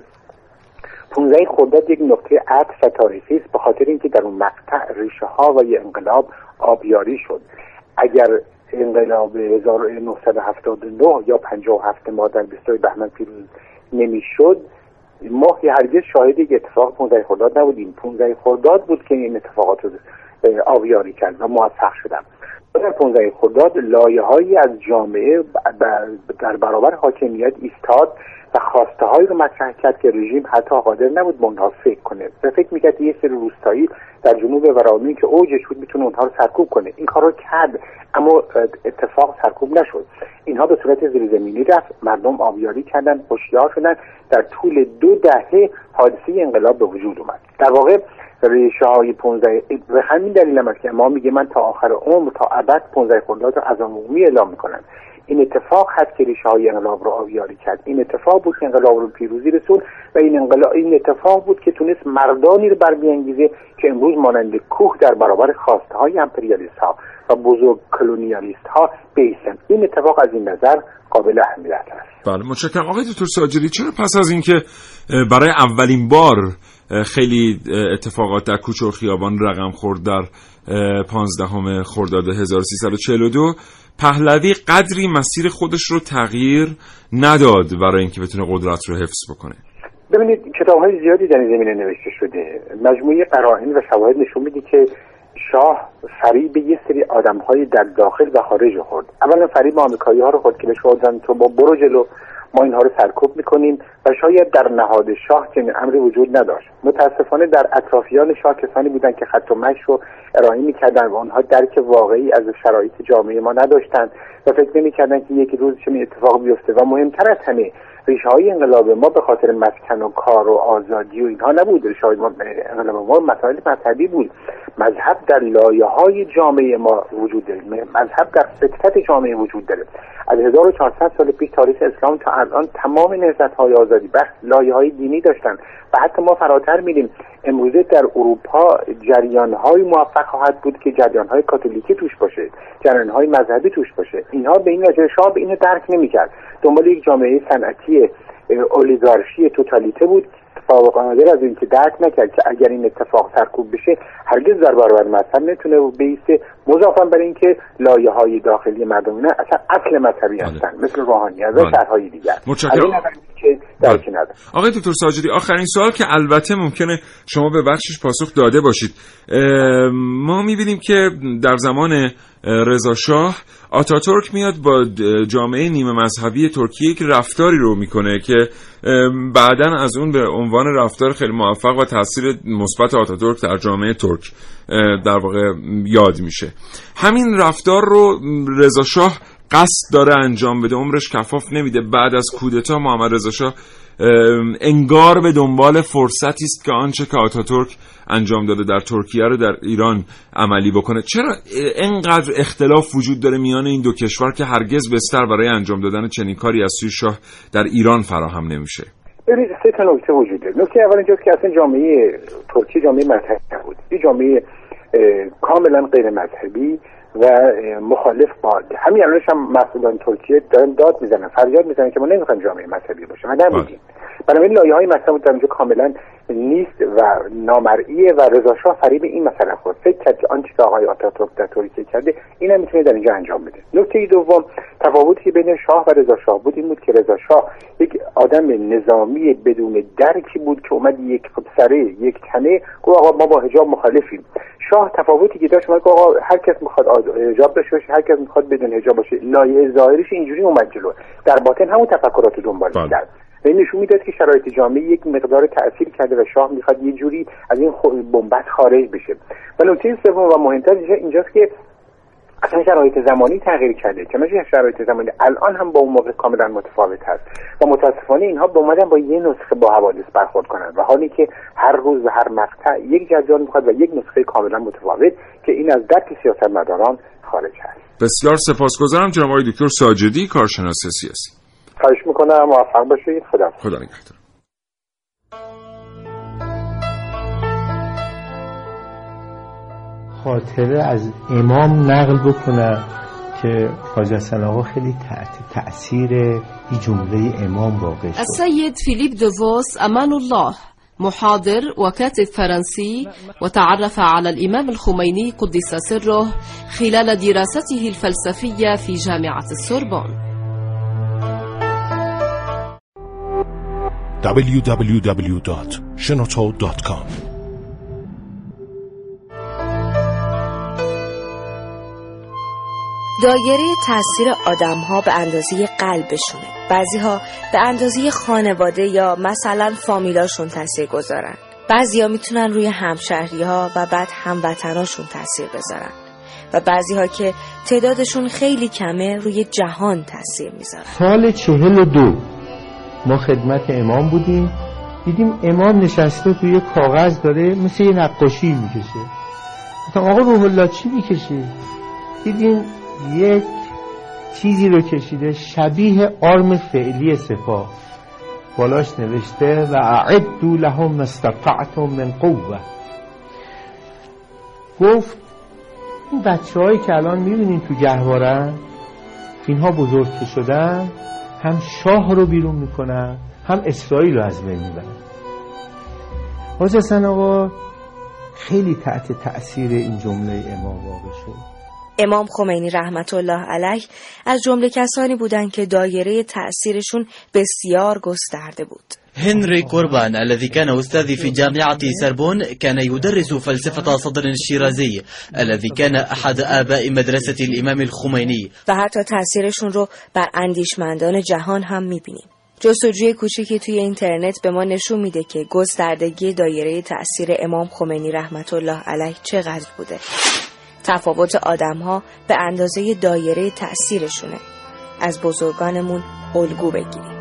پانزده خرداد یک نقطه عطف تاریخی است به خاطر اینکه در اون مقطع ریشه ها و یه انقلاب آبیاری شد، اگر انقلاب هزار و نهصد و هفتاد و نه یا پنجاه و هفت ما در بیست و دو بهمن پیروز نمیشد، ما هرگز شاهد یک اتفاق پانزده خرداد نبودیم. پانزده خرداد بود که این اتفاقات رو آبیاری کرد و موفق شدن. در پانزده خرداد لایه‌هایی از جامعه در برابر حاکمیت ایستاد و خواسته هایی رو مطرح کرد که رژیم حتی قادر نبود به اونها فکر کنه. و فکر میکرد یه سری روستایی در جنوب ورامین که اوجش بود میتونه اونها رو سرکوب کنه. این کار رو کرد اما اتفاق سرکوب نشد. اینها به صورت زیرزمینی رفت، مردم آبیاری کردن، هوشیار شدن. در طول دو دهه حادثه انقلاب به وجود اومد. در واقع ریشه های پانزده به همین دلیل هم که ما میگه من تا آخر عمر تا ابد پانزده خرداد رو عزا عمومی اعلام میکنم. این اتفاق هست که ریشه های انقلاب رو آبیاری کرد. این اتفاق بود که انقلاب رو پیروزی رسوند و این انقلاب این اتفاق بود که تونست مردانی رو بربیانگیزه که امروز مانند کوه در برابر خواسته های امپریالیست ها و بزرگ کلونیالیست ها بیستن. این اتفاق از این نظر قابل اهمیت است. بله متشکرم. آقای دکتر ساجری، چرا پس از اینکه برای اولین بار خیلی اتفاقات در کوچه و خیابان رقم خورد در پانزدهم خرداد هزار و سیصد و چهل و دو، پهلوی قدری مسیر خودش رو تغییر نداد برای اینکه بتونه قدرت رو حفظ بکنه؟ ببینید کتاب‌های زیادی در این زمینه نوشته شده. مجموعه قرائن و شواهد نشون میده که شاه فریب یه سری آدم‌های در داخل و خارج خورد. اولا فریب آمریکایی‌ها رو خورد که بهش گفتن تو با برو جلو، ما اینها رو سرکوب میکنیم و شاید در نهاد شاه چنین امری وجود نداشت. متاسفانه در اطرافیان شاه کسانی بودن که خط و مشی رو ارائه میکردن و آنها درک واقعی از شرایط جامعه ما نداشتن و فکر نمیکردن که یک روز چنین اتفاق بیفته. و مهمتر از همه ریشه های انقلاب ما به خاطر مسکن و کار و آزادی و اینها نبود. ریشه های انقلاب ما مسائل مذهبی بود. مذهب در لایه های جامعه ما وجود داره، مذهب در فطرت جامعه وجود داره. از هزار و چهارصد سال پیش تاریخ اسلام تا الان تمام نهضت‌های آزادی بخش لایه‌های دینی داشتن و حتی ما فراتر میریم. امروزه در اروپا جریان‌های موفق خواهد بود که جریان‌های کاتولیکی توش باشه، جریان‌های مذهبی توش باشه. اینها به این وجه شاه به اینو درک نمی‌کرد. دنبال یک جامعه صنعتی اولیگارشی توتالیته بود. فوق العاده از این که درک نکرد که اگر این اتفاق سرکوب بشه هرگز در برابر مذهب نتونه بیسته، مضافاً بر این که لایه‌های داخلی مردم اینا اصلا اصل مذهبی هستن مثل روحانیت و شهرهای دیگر. متشکرم. آقای دکتر ساجری، آخرین سوال که البته ممکنه شما به بخشش پاسخ داده باشید. ما می‌بینیم که در زمان رضا شاه آتاتورک میاد با جامعه نیمه مذهبی ترکیه که رفتاری رو میکنه که بعداً از اون به عنوان رفتار خیلی موفق و تاثیر مثبت آتاتورک در جامعه ترک در واقع یاد میشه. همین رفتار رو رضا شاه قصد داره انجام بده، عمرش کفاف نمیده. بعد از کودتا محمد رضا شاه انگار به دنبال فرصتی است که آنچه که آتاتورک انجام داده در ترکیه رو در ایران عملی بکنه. چرا اینقدر اختلاف وجود داره میان این دو کشور که هرگز بستر برای انجام دادن چنین کاری از سوی شاه در ایران فراهم نمیشه؟ ببینید سه تا نکته وجود داره. نکته اول اینجاست که اصلا جامعه ترکیه جامعه مذهبی نبود. این جامعه کاملا غیر مذهبی و مخالف با همین الانش هم مسئولان ترکیه دارن داد میزنن، فریاد میزنن که ما نمیخوایم جامعه مذهبی باشه و نمیدیم. بنابراین لایه‌های مذهبی در اونجا کاملا نیست و نامرئیه و رضا شاه فریب این مسئله خورد. فکر کرد که آنچه که آقای آتاتورک در ترکیه کرده این هم میتونه در اینجا انجام بده. نکته دوم، تفاوتی که بین شاه و رضا شاه بود این بود که رضا شاه یک آدم نظامی بدون درکی بود که اومد یک سره یک تنه گفت آقا ما با حجاب مخالفیم. شاه تفاوتی که داشت اومد آقا هر کس میخواد حجاب داشته باشه، هر کس میخواد بدون حجاب باشه. لایه ظاهرش اینجوری اومد جلو، در باطن همون تفکرات رو دنبال کرد. این نشون میداد که شرایط جامعه یک مقدار تأثیر کرده و شاه میخواد یه جوری از این بنبست خارج بشه. و نکته سوم و مهمتر اینجاست که اصلا شرایط زمانی تغییر کرده، که مثلا شرایط زمانی الان هم با اون موقع کاملا متفاوت هست و متاسفانه اینها با اومدن با یه نسخه با حوادث برخورد کنن و حالی که هر روز و هر مقطع یک جریان میخواد و یک نسخه کاملا متفاوت که این از درک سیاستمداران خارج هست. بسیار سپاسگزارم جناب آقای دکتر ساجدی، کارشناس سیاسی. خواهش میکنم، موفق باشید. خدا خدا نگهدار. خاطره از امام نقل بکنم که خواجه حسن آقا خیلی تحت تأثیر این جمله امام واقع شد. السيد فيليب ديفوس أمان الله محاضر وكاتب فرنسي وتعرف على الإمام الخميني قدس سره خلال دراسته الفلسفية في جامعة السوربون. دبلیو دبلیو دبلیو دات شنوتو دات کام دایره تاثیر آدم‌ها به اندازه قلبشونه. بعضی‌ها به اندازه خانواده یا مثلا فامیلاشون تاثیر گذارن. بعضی‌ها میتونن روی همشهری‌ها و بعد هموطناشون تاثیر بذارن. و بعضی‌ها که تعدادشون خیلی کمه روی جهان تاثیر میذارن. سال چهل و دو ما خدمت امام بودیم، دیدیم امام نشسته توی کاغذ داره مثل یه نقاشی میکشه. گفتم آقا روح الله چی میکشی؟ دیدیم یک چیزی رو کشیده شبیه آرم فعلی سپاه، بالاش نوشته و اعدوا لهم استطعتم من قوه. گفت این بچه هایی که الان میبینین تو گهوارن اینها بزرگ که شدن هم شاه رو بیرون میکنن هم اسرائیل رو از بین میبرن. حاج حسن آقا خیلی تحت تأثیر این جمله امام واقع شد. امام خمینی رحمت الله علیه از جمله کسانی بودند که دایره تأثیرشون بسیار گسترده بود. هنري قربان الذي كان أستاذي في جامعة سربون كان يدرس فلسفة صدر الشيرازي الذي كان أحد آباء مدرسة الإمام الخميني و حتی تأثیرشون رو بر اندیشمندان جهان هم میبینیم. جستجوی کوچیکی توی اینترنت به ما نشون میده که گستردگی دایره تأثیر امام خمینی رحمت الله علیه چقدر بوده. تفاوت آدم‌ها به اندازه دایره تأثیرشونه. از بزرگانمون الگو بگیریم.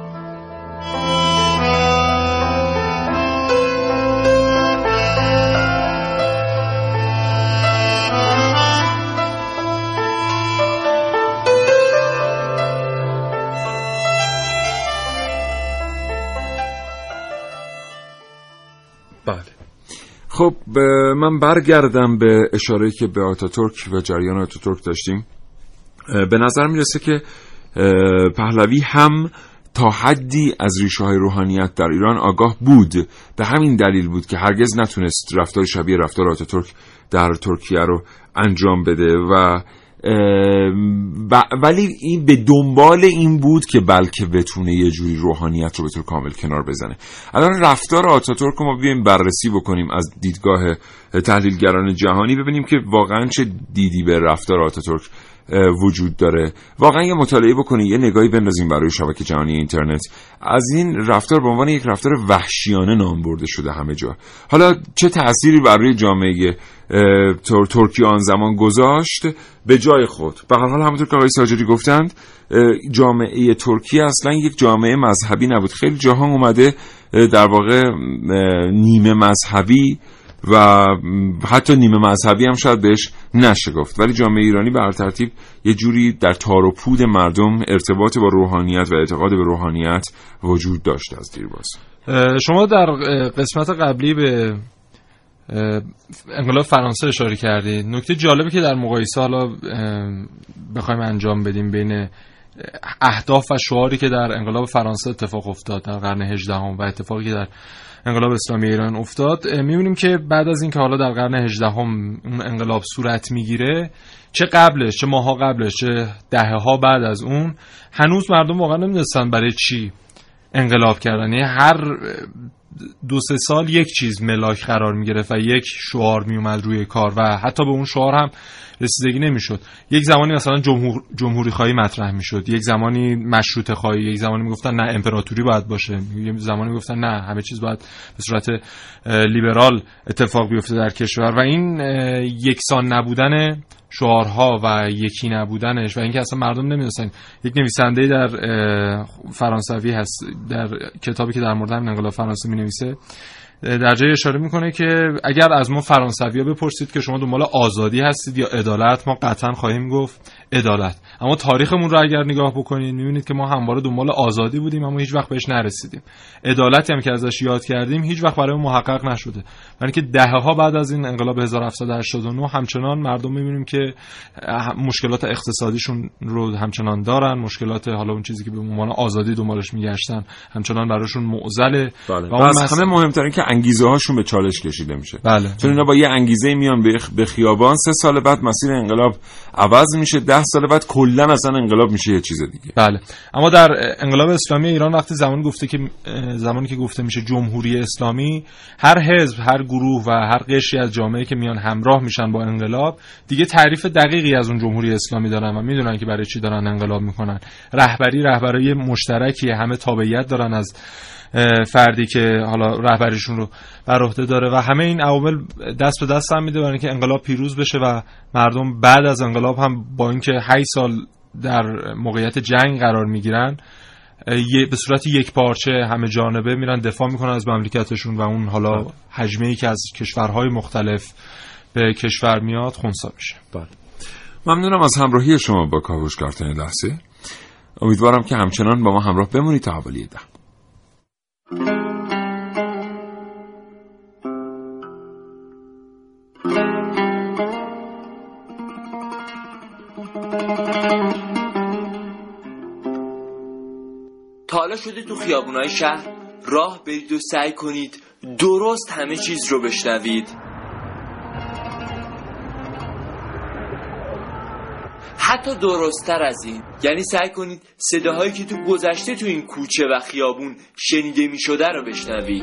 بله. خب من برگردم به اشاره‌ای که به آتاتورک و جریان آتاتورک داشتیم. به نظر میرسه که پهلوی هم تا حدی از ریشه‌های روحانیت در ایران آگاه بود. به همین دلیل بود که هرگز نتونست رفتار شبیه رفتار آتاتورک در ترکیه رو انجام بده و ولی این به دنبال این بود که بلکه بتونه یه جوری روحانیت رو به طور کامل کنار بزنه. الان رفتار آتاتورک رو ما بیایم بررسی بکنیم از دیدگاه تحلیلگران جهانی، ببینیم که واقعا چه دیدی به رفتار آتاتورک وجود داره. واقعا یه مطالعه بکنیم، یه نگاهی بندازیم برای شبکه جهانی اینترنت. از این رفتار به عنوان یک رفتار وحشیانه نام برده شده همه جا. حالا چه تأثیری برای جامعه تر- ترکیه آن زمان گذاشت به جای خود. به هر حال همونطور که آقای ساجری گفتند جامعه ترکیه اصلا یک جامعه مذهبی نبود. خیلی جاها اومده در واقع نیمه مذهبی و حتی نیمه مذهبی هم شاید بهش نشه گفت، ولی جامعه ایرانی به هر ترتیب یه جوری در تار و پود مردم ارتباط با روحانیت و اعتقاد به روحانیت وجود داشته از دیرباز. شما در قسمت قبلی به انقلاب فرانسه اشاره کردید. نکته جالبی که در مقایسه حالا بخوایم انجام بدیم بین اهداف و شعاری که در انقلاب فرانسه اتفاق افتاد در قرن هجدهم و اتفاقی که در انقلاب اسلامی ایران افتاد، می‌بینیم که بعد از اینکه حالا در قرن هجدهم اون انقلاب صورت میگیره، چه قبلش چه ماها قبلش چه دهه‌ها بعد از اون، هنوز مردم واقعا نمی‌دونستن برای چی انقلاب کردن. یعنی هر دو سه سال یک چیز ملاک قرار می‌گرفت و یک شعار میومد روی کار و حتی به اون شعار هم رسیدگی نمیشد. یک زمانی مثلا جمهور جمهوری خواهی مطرح میشد، یک زمانی مشروطه خواهی، یک زمانی میگفتن نه امپراتوری باید باشه، یک زمانی میگفتن نه همه چیز باید به صورت لیبرال اتفاق بیفته در کشور. و این یکسان نبودن شعارها و یکی نبودنش و اینکه اصلا مردم نمیدونستن. یک نویسنده در فرانسوی هست در کتابی که در مورد انقلاب فرانسه مینویسه، در جای اشاره میکنه که اگر از ما فرانسوی‌ها بپرسید که شما دنبال آزادی هستید یا عدالت، ما قطعا خواهیم گفت عدالت. اما تاریخمون رو اگر نگاه بکنید میبینید که ما همواره دنبال آزادی بودیم اما هیچ وقت بهش نرسیدیم. عدالتی هم که ازش یاد کردیم هیچ وقت برای ما محقق نشده. یعنی که دهه‌ها بعد از این انقلاب هزار و هفتصد و هشتاد و نه همچنان مردم میبینیم که مشکلات اقتصادیشون رو همچنان دارن، مشکلات حالا اون چیزی که به عنوان آزادی دنبالش میگشتن همچنان براشون معضله. بله. و از مس... همه مهمتر این که انگیزه هاشون به چالش کشیده میشه. بله. چون اینا با یه انگیزه میان به خیابان، سه سال بعد مسیر انقلاب عوض میشه، ده سال بعد کلا اصلا انقلاب میشه یه چیز دیگه. بله. اما در انقلاب اسلامی ایران وقتی زمانی گفته که زمانی که گفته میشه جمهوری اسلامی، هر حزب، هر گروه و هر قشری از جامعه که میان همراه میشن با انقلاب دیگه تعریف دقیقی از اون جمهوری اسلامی دارن و میدونن که برای چی دارن انقلاب میکنن. رهبری رهبری مشترکی، همه تابعیت دارن از فردی که حالا رهبریشون رو بر عهده داره و همه این عوامل دست به دست هم میده برای اینکه انقلاب پیروز بشه و مردم بعد از انقلاب هم با اینکه هشت سال در موقعیت جنگ قرار میگیرن به صورت یک پارچه همه جانبه میرن دفاع میکنن از مملکتشون و اون حالا حجمه‌ای که از کشورهای مختلف به کشور میاد خنثی میشه. بله. ممنونم از همراهی شما با کاوشگر تا این لحظه. امیدوارم که همچنان با ما همراه بمونید تا حوالی ده. حالا شده تو خیابونای شهر راه برید و سعی کنید درست همه چیز رو بشنوید. حتی درست‌تر از این، یعنی سعی کنید صداهایی که تو گذشته تو این کوچه و خیابون شنیده می‌شده رو بشنوید.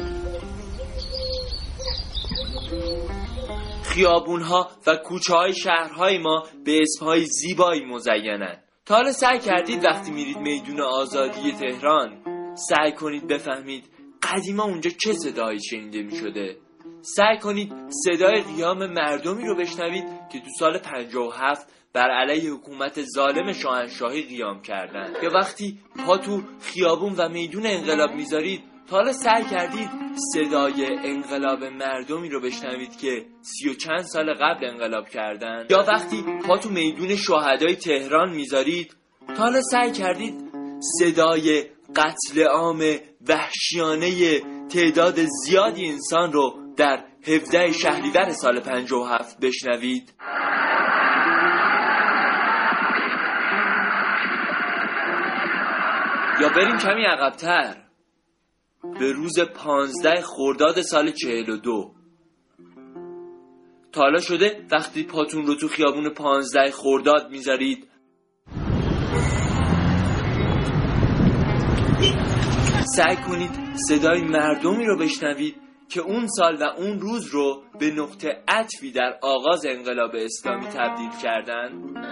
خیابون‌ها و کوچه‌های شهرهای ما به اسم‌های زیبایی مزینن. تا حالا سعی کردید وقتی میرید میدون آزادی تهران سعی کنید بفهمید قدیما اونجا چه صدایی شنیده می‌شده؟ سعی کنید صدای قیام مردمی رو بشنوید که تو سال پنجاه و هفت بر علیه حکومت ظالم شاهنشاهی قیام کردن. یا وقتی پا تو خیابون و میدون انقلاب میذارید تا حالا سعی کردید صدای انقلاب مردمی رو بشنوید که سی و چند سال قبل انقلاب کردن؟ یا وقتی پا تو میدون شهدای تهران میذارید تا حالا سعی کردید صدای قتل عام وحشیانه تعداد زیادی انسان رو در هفدهم شهریور سال پنجاه و هفت بشنوید؟ یا بریم کمی عقب‌تر به روز پانزده خرداد سال چهل و دو. تا حالا شده وقتی پاتون رو تو خیابون پانزده خرداد میذارید سعی کنید صدای مردمی رو بشنوید که اون سال و اون روز رو به نقطه عطفی در آغاز انقلاب اسلامی تبدیل کردن؟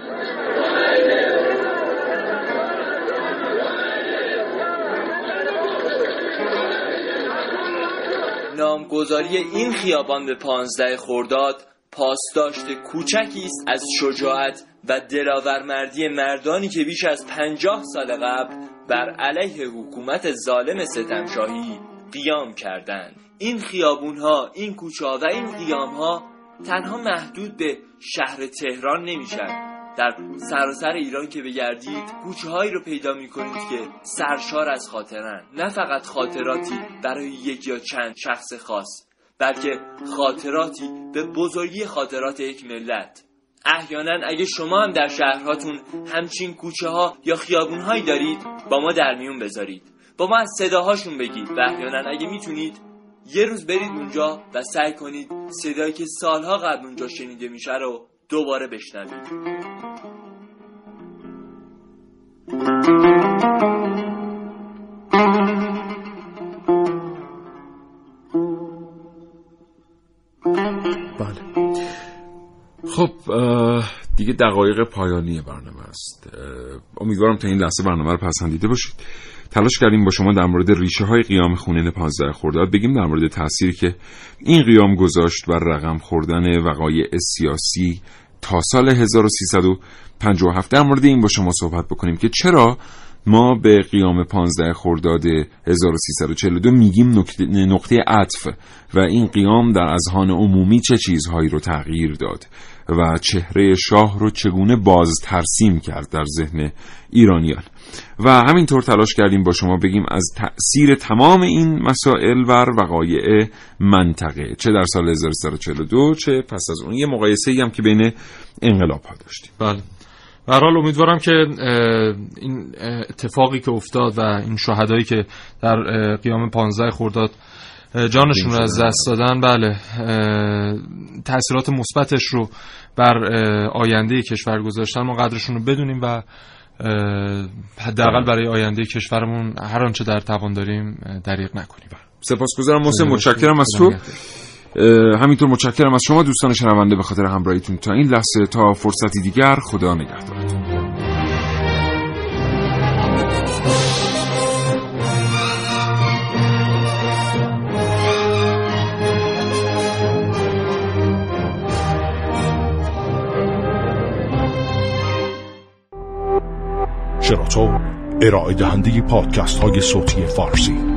نامگذاری این خیابان به پانزده خرداد پاسداشت کوچکی است از شجاعت و دلاورمردی مردانی که بیش از پنجاه سال قبل بر علیه حکومت ظالم ستمشاهی قیام کردند. این خیابون‌ها، این کوچه‌ها و این قیام‌ها تنها محدود به شهر تهران نمیشن. در سراسر ایران که بگردید کوچه‌هایی رو پیدا می‌کنید که سرشار از خاطرن، نه فقط خاطراتی برای یک یا چند شخص خاص، بلکه خاطراتی به بزرگی خاطرات یک ملت. احیانا اگه شما هم در شهرهاتون همچین کوچه‌ها یا خیابون‌هایی دارید با ما در میون بذارید، با ما از صداهاشون بگید و احیانا اگه میتونید یه روز برید اونجا و سعی کنید صدایی که سالها قبل اونجا شنیده میشه رو دوباره بشنوید. بله. خب دیگه دقایق پایانی برنامه است. امیدوارم تا این لحظه برنامه رو پسندیده باشید. تلاش کردیم با شما در مورد ریشه های قیام خونین پانزده خرداد بگیم، در مورد تأثیری که این قیام گذاشت بر رقم خوردن وقایع سیاسی تا سال هزار و سیصد و پنجاه و هفت. در مورد این با شما صحبت بکنیم که چرا ما به قیام پانزده خرداد هزار و سیصد و چهل و دو میگیم نقطه, نقطه عطف و این قیام در اذهان عمومی چه چیزهایی رو تغییر داد و چهره شاه رو چگونه باز ترسیم کرد در ذهن ایرانیان. و همینطور تلاش کردیم با شما بگیم از تأثیر تمام این مسائل بر وقایع منطقه، چه در سال هزار و سیصد و چهل و دو چه پس از اون. یه مقایسه‌ای هم که بین انقلاب‌ها داشتیم. بله. به هر حال امیدوارم که این اتفاقی که افتاد و این شهدایی که در قیام پانزده خرداد جانشون رو از دست دادن، بله، تأثیرات مثبتش رو بر آینده کشور گذاشتن، ما قدرشون رو بدونیم و حداقل برای آینده کشورمون هر آنچه در توان داریم دریغ نکنیم. سپاسگزارم محسن، متشکرم از تو. همینطور متشکرم از شما دوستان شنونده به خاطر همراهیتون تا این لحظه. تا فرصتی دیگر، خدا نگهدارتون. شراطو ارائه دهنده پادکست های صوتی فارسی